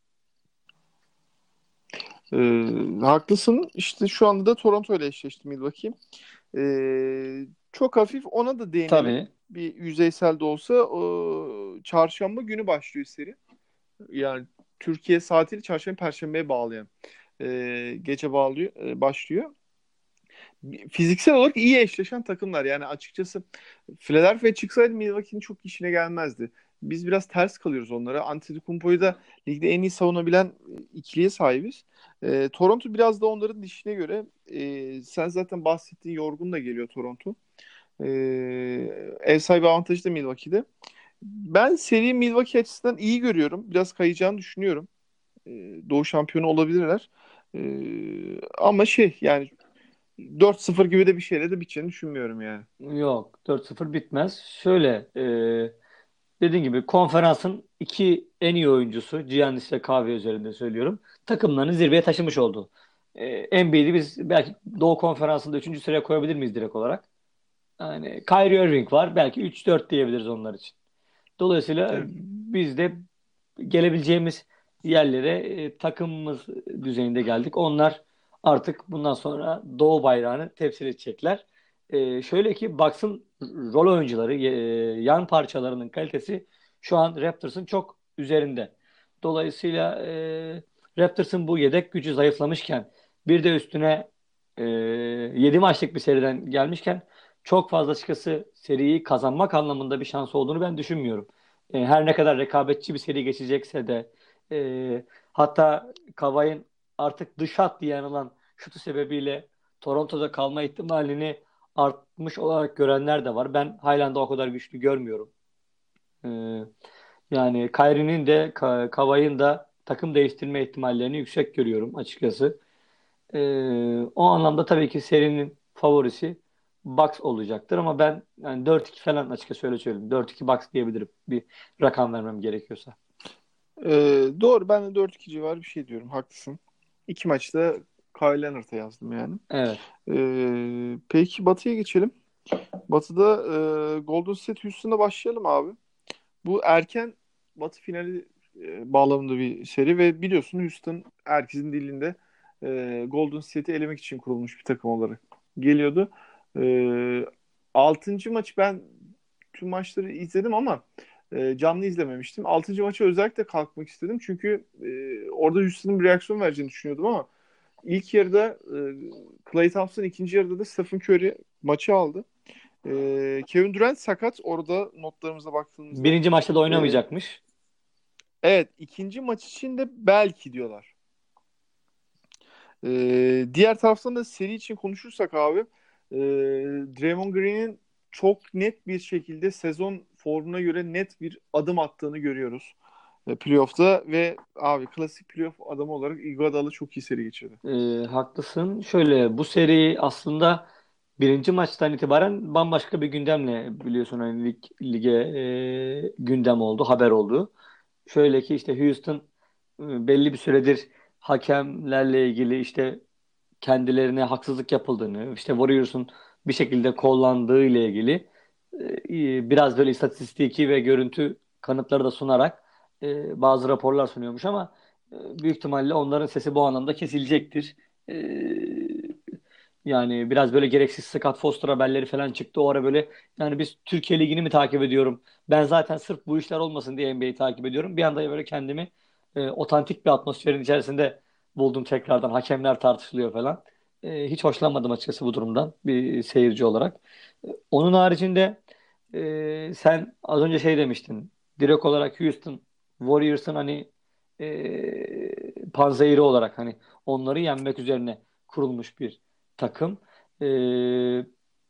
Haklısın. İşte şu anda da Toronto ile eşleşti Milwaukee. Çok hafif ona da değinelim. Tabii. Bir yüzeysel de olsa çarşamba günü başlıyor seri. Yani Türkiye saatiyle çarşamba perşembeye bağlayan gece başlıyor. Fiziksel olarak iyi eşleşen takımlar. Yani açıkçası Philadelphia çıksaydı Milwaukee'nin çok işine gelmezdi. Biz biraz ters kalıyoruz onlara. Antetokounmpo'yu da ligde en iyi savunabilen ikiliye sahibiz. Toronto biraz da onların dişine göre. Sen zaten bahsettiğin yorgun da geliyor Toronto. E, Ev sahibi avantajı da Milwaukee'de. Ben seri Milwaukee açısından iyi görüyorum. Biraz kayacağını düşünüyorum. E, Doğu şampiyonu olabilirler. Ama şey yani 4-0 gibi de bir şeyle de biteceğini düşünmüyorum yani. Yok, 4-0 bitmez. Şöyle dediğim gibi konferansın iki en iyi oyuncusu Giannis ve Kahve üzerinde söylüyorum. Takımlarını zirveye taşımış oldu. NBA'de biz belki Doğu Konferansı'nda üçüncü sıraya koyabilir miyiz direkt olarak? Yani Kyrie Irving var. Belki 3-4 diyebiliriz onlar için. Dolayısıyla Evet. biz de gelebileceğimiz yerlere takımımız düzeyinde geldik. Onlar artık bundan sonra Doğu bayrağını temsil edecekler. Şöyle ki Bucks'ın rol oyuncuları, yan parçalarının kalitesi şu an Raptors'ın çok üzerinde. Dolayısıyla Raptors'ın bu yedek gücü zayıflamışken bir de üstüne 7 maçlık bir seriden gelmişken çok fazla açıkçası seriyi kazanmak anlamında bir şans olduğunu ben düşünmüyorum. Her ne kadar rekabetçi bir seri geçecekse de hatta Kawhi'nin artık dış hat diye anılan şutu sebebiyle Toronto'da kalma ihtimalini artmış olarak görenler de var. Ben Highland'ı o kadar güçlü görmüyorum. E, Yani Kyrie'nin de Kawhi'nin da takım değiştirme ihtimallerini yüksek görüyorum açıkçası. O anlamda tabii ki serinin favorisi Bucks olacaktır ama ben yani 4-2 falan açıkçası öyle söyleyeyim. 4-2 Bucks diyebilirim bir rakam vermem gerekiyorsa. Doğru, ben de 4-2 civarı bir şey diyorum. Haklısın. İki maçta Kawhi Leonard'a yazdım yani. Evet. Peki Batı'ya geçelim. Batı'da Golden State Houston'da başlayalım abi. Bu erken Batı finali bağlamında bir seri ve biliyorsun Houston herkesin dilinde Golden State'i elemek için kurulmuş bir takım olarak geliyordu. E, 6. maçı ben tüm maçları izledim ama canlı izlememiştim. 6. maça özellikle kalkmak istedim çünkü orada Houston'ın bir reaksiyon vereceğini düşünüyordum ama ilk yarıda Klay Thompson, ikinci yarıda da Stephen Curry maçı aldı. Kevin Durant sakat. Orada notlarımıza baktığımızda Birinci maçta da e, oynamayacakmış. evet, ikinci maç için de belki diyorlar. Diğer taraftan da seri için konuşursak abi Draymond Green'in çok net bir şekilde sezon formuna göre net bir adım attığını görüyoruz. Playoff'ta ve abi klasik playoff adamı olarak Iguodala çok iyi seri geçirdi. Haklısın. Şöyle bu seri aslında birinci maçtan itibaren bambaşka bir gündemle biliyorsun hani lige gündem oldu, haber oldu. Şöyle ki işte Houston belli bir süredir hakemlerle ilgili işte kendilerine haksızlık yapıldığını, işte Warriors'un bir şekilde kollandığı ile ilgili biraz böyle istatistiki ve görüntü kanıtları da sunarak bazı raporlar sunuyormuş ama büyük ihtimalle onların sesi bu anlamda kesilecektir. Yani biraz böyle gereksiz Scott Foster haberleri falan çıktı. O ara böyle yani biz Türkiye Ligi'ni mi takip ediyorum? Ben zaten sırf bu işler olmasın diye NBA'yi takip ediyorum. Bir anda böyle kendimi otantik bir atmosferin içerisinde buldum tekrardan. Hakemler tartışılıyor falan. Hiç hoşlanmadım açıkçası bu durumdan bir seyirci olarak. Onun haricinde sen az önce şey demiştin. Direkt olarak Houston Warriors'ın hani panzehiri olarak hani onları yenmek üzerine kurulmuş bir takım. Ee,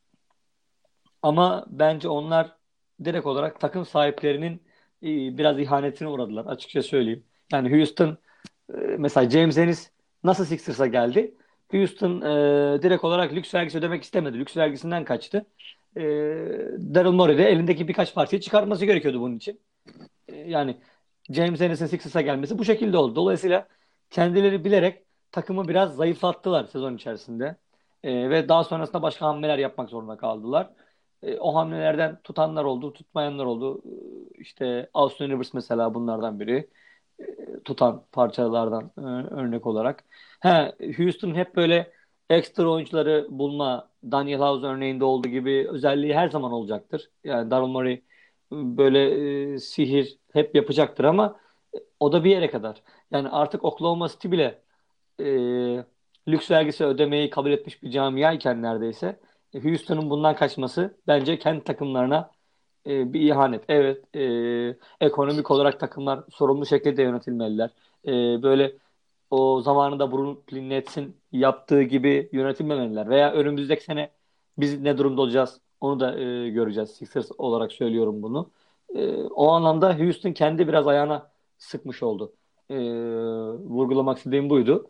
Ama bence onlar direkt olarak takım sahiplerinin biraz ihanetine uğradılar açıkça söyleyeyim. Yani Houston mesela James Ennis nasıl Sixers'a geldi? Houston direkt olarak lüks vergisi ödemek istemedi. Lüks vergisinden kaçtı. E, Daryl Morey de elindeki birkaç parçayı çıkartması gerekiyordu bunun için. Yani James Ennis'in Sixers'a gelmesi bu şekilde oldu. Dolayısıyla kendileri bilerek takımı biraz zayıflattılar sezon içerisinde. Ve daha sonrasında başka hamleler yapmak zorunda kaldılar. O hamlelerden tutanlar oldu, tutmayanlar oldu. İşte Austin Rivers mesela bunlardan biri. Tutan parçalardan örnek olarak. Houston hep böyle ekstra oyuncuları bulma, Daniel House örneğinde olduğu gibi özelliği her zaman olacaktır. Yani Daryl Morey böyle sihir hep yapacaktır ama o da bir yere kadar. Yani artık Oklahoma City bile e, lüks vergisi ödemeyi kabul etmiş bir camiayken neredeyse Houston'un bundan kaçması bence kendi takımlarına bir ihanet. Evet, ekonomik olarak takımlar sorumlu şekilde yönetilmeliler. Böyle o zamanında Brooklyn Nets'in yaptığı gibi yönetilmemeliler. Veya önümüzdeki sene biz ne durumda olacağız onu da göreceğiz. Sixers olarak söylüyorum bunu. O anlamda Houston kendi biraz ayağına sıkmış oldu. Vurgulamak istediğim buydu.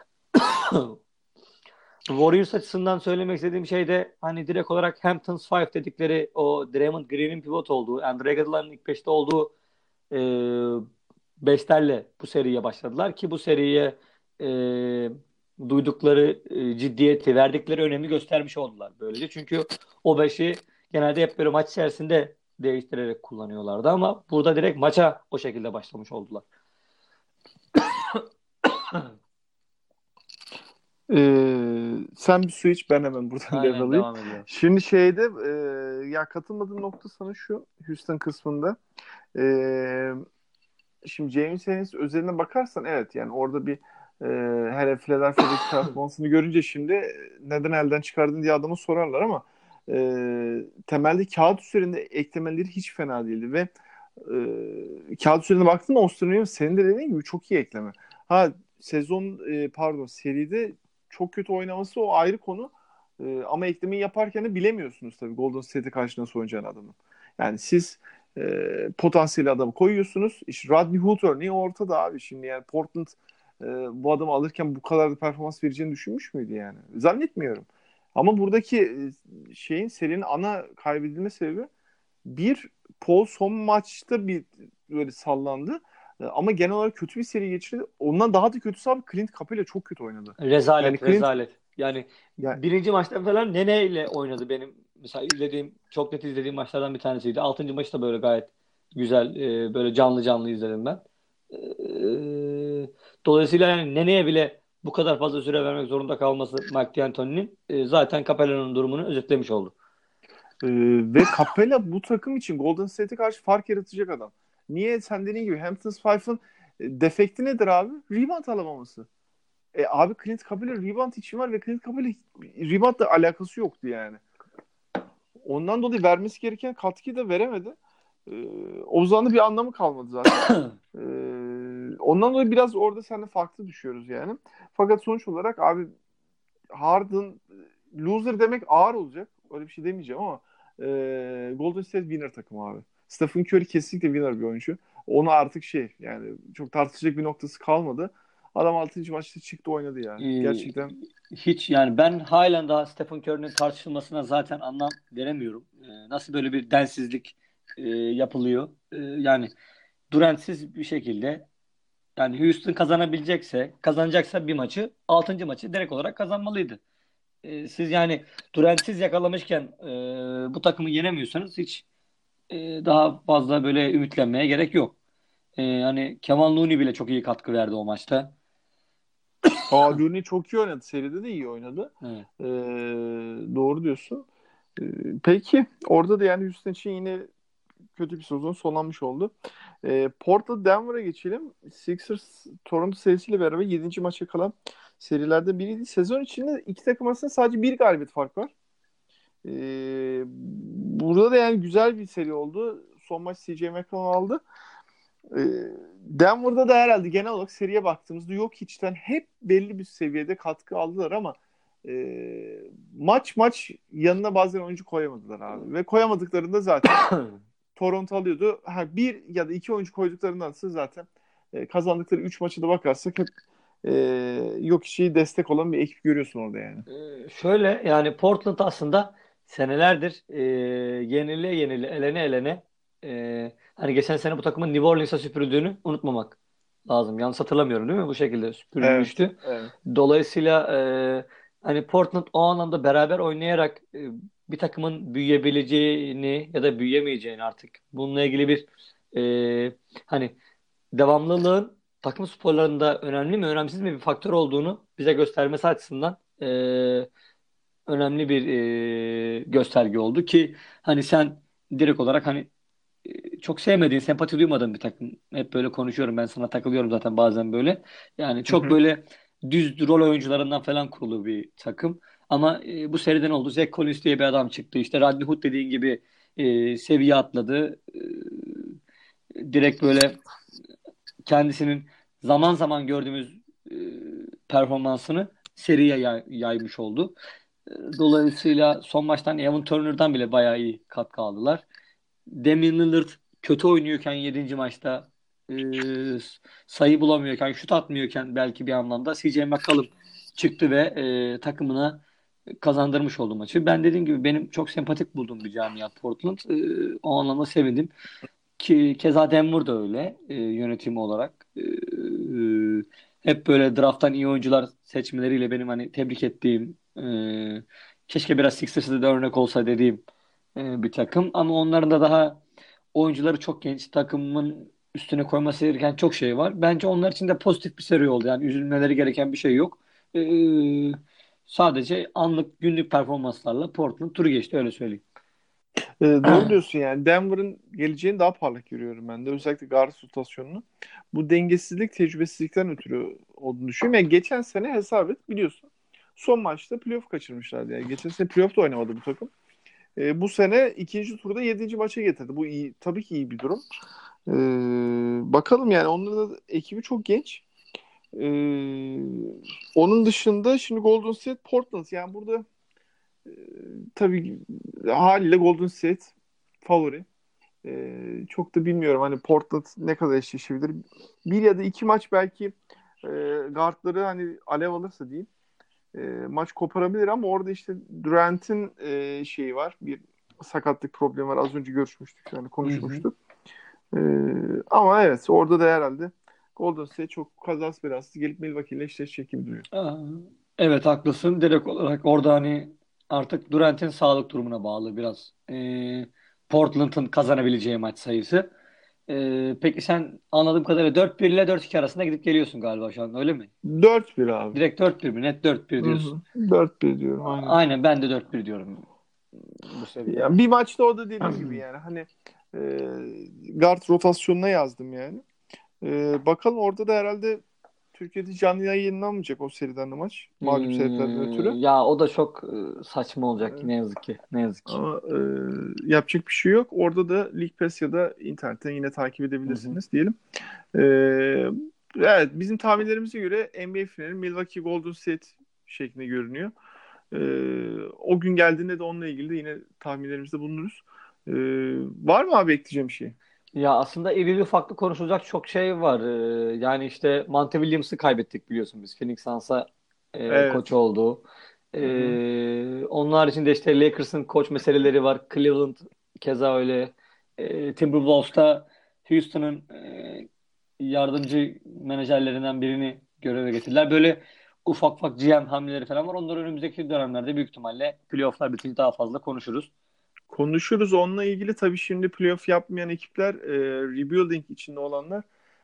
Warriors açısından söylemek istediğim şey de hani direkt olarak Hamptons Five dedikleri o Draymond Green'in pivot olduğu, Andre Iguodala'nın ilk beşte olduğu e, beşlerle bu seriye başladılar ki bu seriye e, duydukları ciddiyeti, verdikleri önemi göstermiş oldular böylece. Çünkü o beşi genelde hep böyle maç içerisinde değiştirerek kullanıyorlardı ama burada direkt maça o şekilde başlamış oldular. Sen bir su iç, ben hemen buradan Aynen devralayım. devam ediyorum. Şimdi şeyde ya katılmadığım nokta sana şu Houston kısmında. E, Şimdi James Ennis özeline bakarsan evet yani orada bir hele Philadelphia'daki performansını görünce şimdi neden elden çıkardın diye adamı sorarlar ama temelde kağıt üzerinde eklemeleri hiç fena değildi ve kağıt üzerine baktığında Austin Rivers senin de dediğin gibi çok iyi ekleme. Ha sezon pardon seride çok kötü oynaması o ayrı konu. Ama eklemeyi yaparken de bilemiyorsunuz tabii Golden State'e karşı nasıl oynayacağını adamın. Yani siz potansiyeli adamı koyuyorsunuz. İşte Rodney Hood örneği ortada abi. Şimdi yani Portland bu adamı alırken bu kadar da performans vereceğini düşünmüş müydü yani? Zannetmiyorum. Ama buradaki şeyin serinin ana kaybedilme sebebi bir Paul son maçta bir böyle sallandı. Ama genel olarak kötü bir seri geçirdi. Ondan daha da kötüsü abi Clint Capela çok kötü oynadı. Yani Rezalet, Clint rezalet. Yani yani birinci maçta falan Nene ile oynadı benim. Mesela izlediğim, çok net izlediğim maçlardan bir tanesiydi. Altıncı maçı da böyle gayet güzel, böyle canlı canlı izledim ben. Dolayısıyla yani Nene'ye bile bu kadar fazla süre vermek zorunda kalması Mike D'Antoni'nin zaten Capella'nın durumunu özetlemiş oldu. Ee, ve Capella bu takım için Golden State'e karşı fark yaratacak adam. Niye? Sen dediğin gibi Hamptons Five'ın defekti nedir abi? Rebound alamaması. Abi Clint Capella rebound için var ve Clint Capella reboundla alakası yoktu yani. Ondan dolayı vermesi gereken katkıyı da veremedi. O zaman da bir anlamı kalmadı zaten. Ondan dolayı biraz orada seninle farklı düşüyoruz yani. Fakat sonuç olarak abi Harden loser demek ağır olacak. Öyle bir şey demeyeceğim ama Golden State winner takım abi. Stephen Curry kesinlikle winner bir oyuncu. Onu artık şey yani çok tartışacak bir noktası kalmadı. Adam 6. maçta çıktı oynadı ya. Ee, Gerçekten Hiç yani ben halen daha Stephen Curry'nin tartışılmasına zaten anlam veremiyorum. Nasıl böyle bir densizlik yapılıyor? Yani Durant'siz bir şekilde yani Houston kazanabilecekse, kazanacaksa bir maçı, altıncı maçı direkt olarak kazanmalıydı. Siz yani Durant'siz yakalamışken bu takımı yenemiyorsanız hiç daha fazla böyle ümitlenmeye gerek yok. Hani Kevin Looney bile çok iyi katkı verdi o maçta. Rooney çok iyi oynadı. Seride de iyi oynadı. Evet. Ee, doğru diyorsun. Ee, peki orada da yani Houston için yine kötü bir sezon sonlanmış oldu. Portland Denver'a geçelim. Sixers Toronto serisiyle beraber 7. maça kalan serilerden biriydi. Sezon içinde iki takım arasında sadece bir galibiyet fark var. Burada da yani güzel bir seri oldu. Son maç CJ McCollum aldı. Ee, Denver'da da herhalde genel olarak seriye baktığımızda yok hiçten hep belli bir seviyede katkı aldılar ama maç yanına bazen oyuncu koyamadılar abi. Ve koyamadıklarında zaten Toronto alıyordu. Bir ya da iki oyuncu koyduklarındansa zaten kazandıkları 3 maçı da bakarsak hep e, yok kişiyi destek olan bir ekip görüyorsun orada yani. Şöyle yani Portland aslında senelerdir yenile yenile elene elene hani geçen sene bu takımın New Orleans'a süpürüldüğünü unutmamak lazım. Yanlış hatırlamıyorum değil mi? Bu şekilde Evet. süpürülmüştü. Evet. Dolayısıyla hani Portland o anlamda beraber oynayarak bir takımın büyüyebileceğini ya da büyüyemeyeceğini artık bununla ilgili bir hani devamlılığın takım sporlarında önemli mi önemsiz mi bir faktör olduğunu bize göstermesi açısından önemli bir gösterge oldu ki hani sen direkt olarak hani çok sevmediğin, sempati duymadığın bir takım. Hep böyle konuşuyorum ben sana takılıyorum zaten bazen böyle. Yani Hı çok hı. böyle düz rol oyuncularından falan kurulu bir takım. Ama bu seriden oldu. Zach Collins diye bir adam çıktı. İşte Rodney Hood dediğin gibi seviye atladı. Direkt böyle kendisinin zaman zaman gördüğümüz e, performansını seriye yaymış oldu. Dolayısıyla son maçtan Evan Turner'dan bile bayağı iyi katkı aldılar. Damian Lillard kötü oynuyorken 7. maçta e, sayı bulamıyorken, şut atmıyorken belki bir anlamda CJ McCollum çıktı ve takımına kazandırmış oldu maçı. Ben dediğim gibi benim çok sempatik bulduğum bir camia Portland. O anlamda sevindim. Ki keza Denver da öyle yönetimi olarak. Hep böyle drafttan iyi oyuncular seçmeleriyle benim hani tebrik ettiğim keşke biraz Sixers'da da örnek olsa dediğim bir takım. Ama onların da daha oyuncuları çok genç. Takımın üstüne koyması gereken çok şey var. Bence onlar için de pozitif bir seri oldu. Yani üzülmeleri gereken bir şey yok. E, sadece anlık günlük performanslarla Portland turu geçti öyle söyleyeyim. Doğru diyorsun yani. Denver'ın geleceğini daha parlak görüyorum ben de. Özellikle guard rotasyonunu. Bu dengesizlik, tecrübesizlikten ötürü olduğunu düşünüyorum. Yani geçen sene hesap et biliyorsun. Son maçta playoff kaçırmışlardı. Yani geçen sene playoff da oynamadı bu takım. Bu sene ikinci turda 7. maça getirdi. Bu iyi, tabii ki iyi bir durum. Bakalım yani onların da ekibi çok genç. Ee, onun dışında şimdi Golden State Portland yani burada e, tabii haliyle Golden State favori. Çok da bilmiyorum hani Portland ne kadar eşleşebilir. Bir ya da iki maç belki e, guardları hani alev alırsa diyeyim maç koparabilir ama orada işte Durant'in şeyi var. Bir sakatlık problemi var. Az önce görüşmüştük yani Hı hı. konuşmuştuk. E, ama evet orada da herhalde Golden State çok kazası belasız gelip Milwaukee ile eşleşecek gibi duruyor. Aa, evet haklısın. Direkt olarak orada hani artık Durant'in sağlık durumuna bağlı biraz. Portland'ın kazanabileceği maç sayısı. Peki sen anladığım kadarıyla 4-1 ile 4-2 arasında gidip geliyorsun galiba şu an öyle mi? 4-1 abi. Direkt 4-1 mi? Net 4-1 Hı diyorsun. hı. 4-1 diyorum aynen. Aynen ben de 4-1 diyorum bu seride. Yani bir maçta o da dediğim gibi yani hani e, guard rotasyonuna yazdım yani. Bakalım orada da herhalde Türkiye'de canlı yayın yayınlanmayacak o seriden de maç. Malum sebeplerden ötürü. Ya o da çok saçma olacak ki Ee, ne yazık ki. Ne yazık ki. ama yapacak bir şey yok. Orada da League Pass ya da internetten yine takip Hı hı. edebilirsiniz diyelim. Ee, evet bizim tahminlerimize göre NBA finali Milwaukee Golden State şeklinde görünüyor. O gün geldiğinde de onunla ilgili de yine tahminlerimizde bulunuruz. Ee, var mı abi ekleyeceğim bir şey? Ya aslında irili ufaklı konuşulacak çok şey var. Yani işte Monty Williams'ı kaybettik biliyorsun biz. Phoenix Suns'a koç Evet. oldu. Hı hı. Onun haricinde işte Lakers'ın koç meseleleri var. Cleveland keza öyle. Timberwolves'ta Houston'ın yardımcı menajerlerinden birini göreve getirdiler. Böyle ufak ufak GM hamleleri falan var. Onları önümüzdeki dönemlerde büyük ihtimalle playoff'lar bitince daha fazla konuşuruz. Konuşuruz onunla ilgili tabii şimdi playoff yapmayan ekipler rebuilding içinde olanlar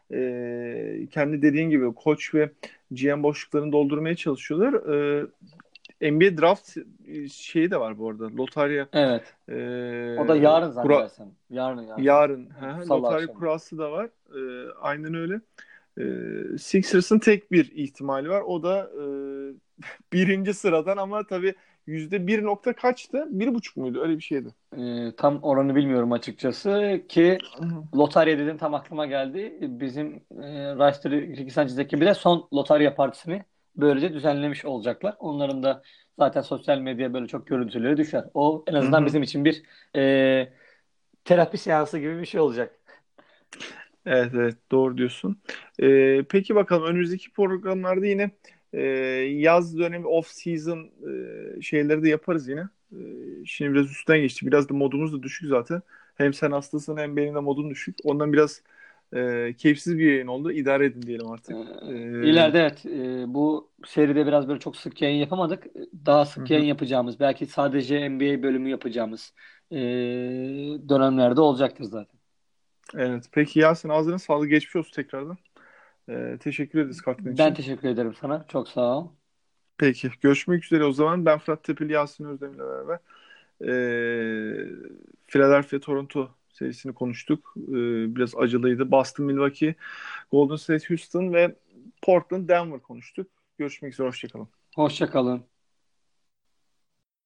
kendi dediğin gibi koç ve GM boşluklarını doldurmaya çalışıyorlar. NBA draft şeyi de var bu arada. Lotarya Evet. O da e, yarın kura zannedersem. Yarın yanlış yarın bilmiyorsam. Salı lotarya akşamı. kurası da var. Aynen öyle. Sixers'ın tek bir ihtimali var. O da birinci sıradan ama tabii %1 nokta kaçtı? 1,5 muydu? Öyle bir şeydi. Tam oranı bilmiyorum açıkçası ki lotarya dedin tam aklıma geldi. Bizim Rice 2 Sanchez'deki bir de son lotarya partisini böylece düzenlemiş olacaklar. Onların da zaten sosyal medyaya böyle çok görüntüleri düşer. O en Hı azından hı. bizim için bir terapi seansı gibi bir şey olacak. Evet, evet, doğru diyorsun. Peki bakalım önümüzdeki programlarda yine e, yaz dönemi off season şeyleri de yaparız yine. Şimdi biraz üstten geçti. Biraz da modumuz da düşük zaten. Hem sen hastasın hem benim de modum düşük. Ondan biraz keyifsiz bir yayın oldu. İdare edin diyelim Ee, artık. İleride evet bu seride biraz böyle çok sık yayın yapamadık. Daha Hı sık yayın hı. yapacağımız belki sadece NBA bölümü yapacağımız dönemlerde olacaktır zaten. Evet. Peki Yasin, ağzına sağlık, geçmiş olsun tekrardan. Teşekkür ederiz katkın Ben için. teşekkür ederim sana. Çok sağ ol. Peki. Görüşmek üzere o zaman. Ben Fırat Tepeli, Yasin Özdemir'le beraber Philadelphia Toronto serisini konuştuk. Biraz acılıydı. Boston, Milwaukee, Golden State, Houston ve Portland, Denver konuştuk. Görüşmek üzere. Hoşçakalın. Hoşça kalın.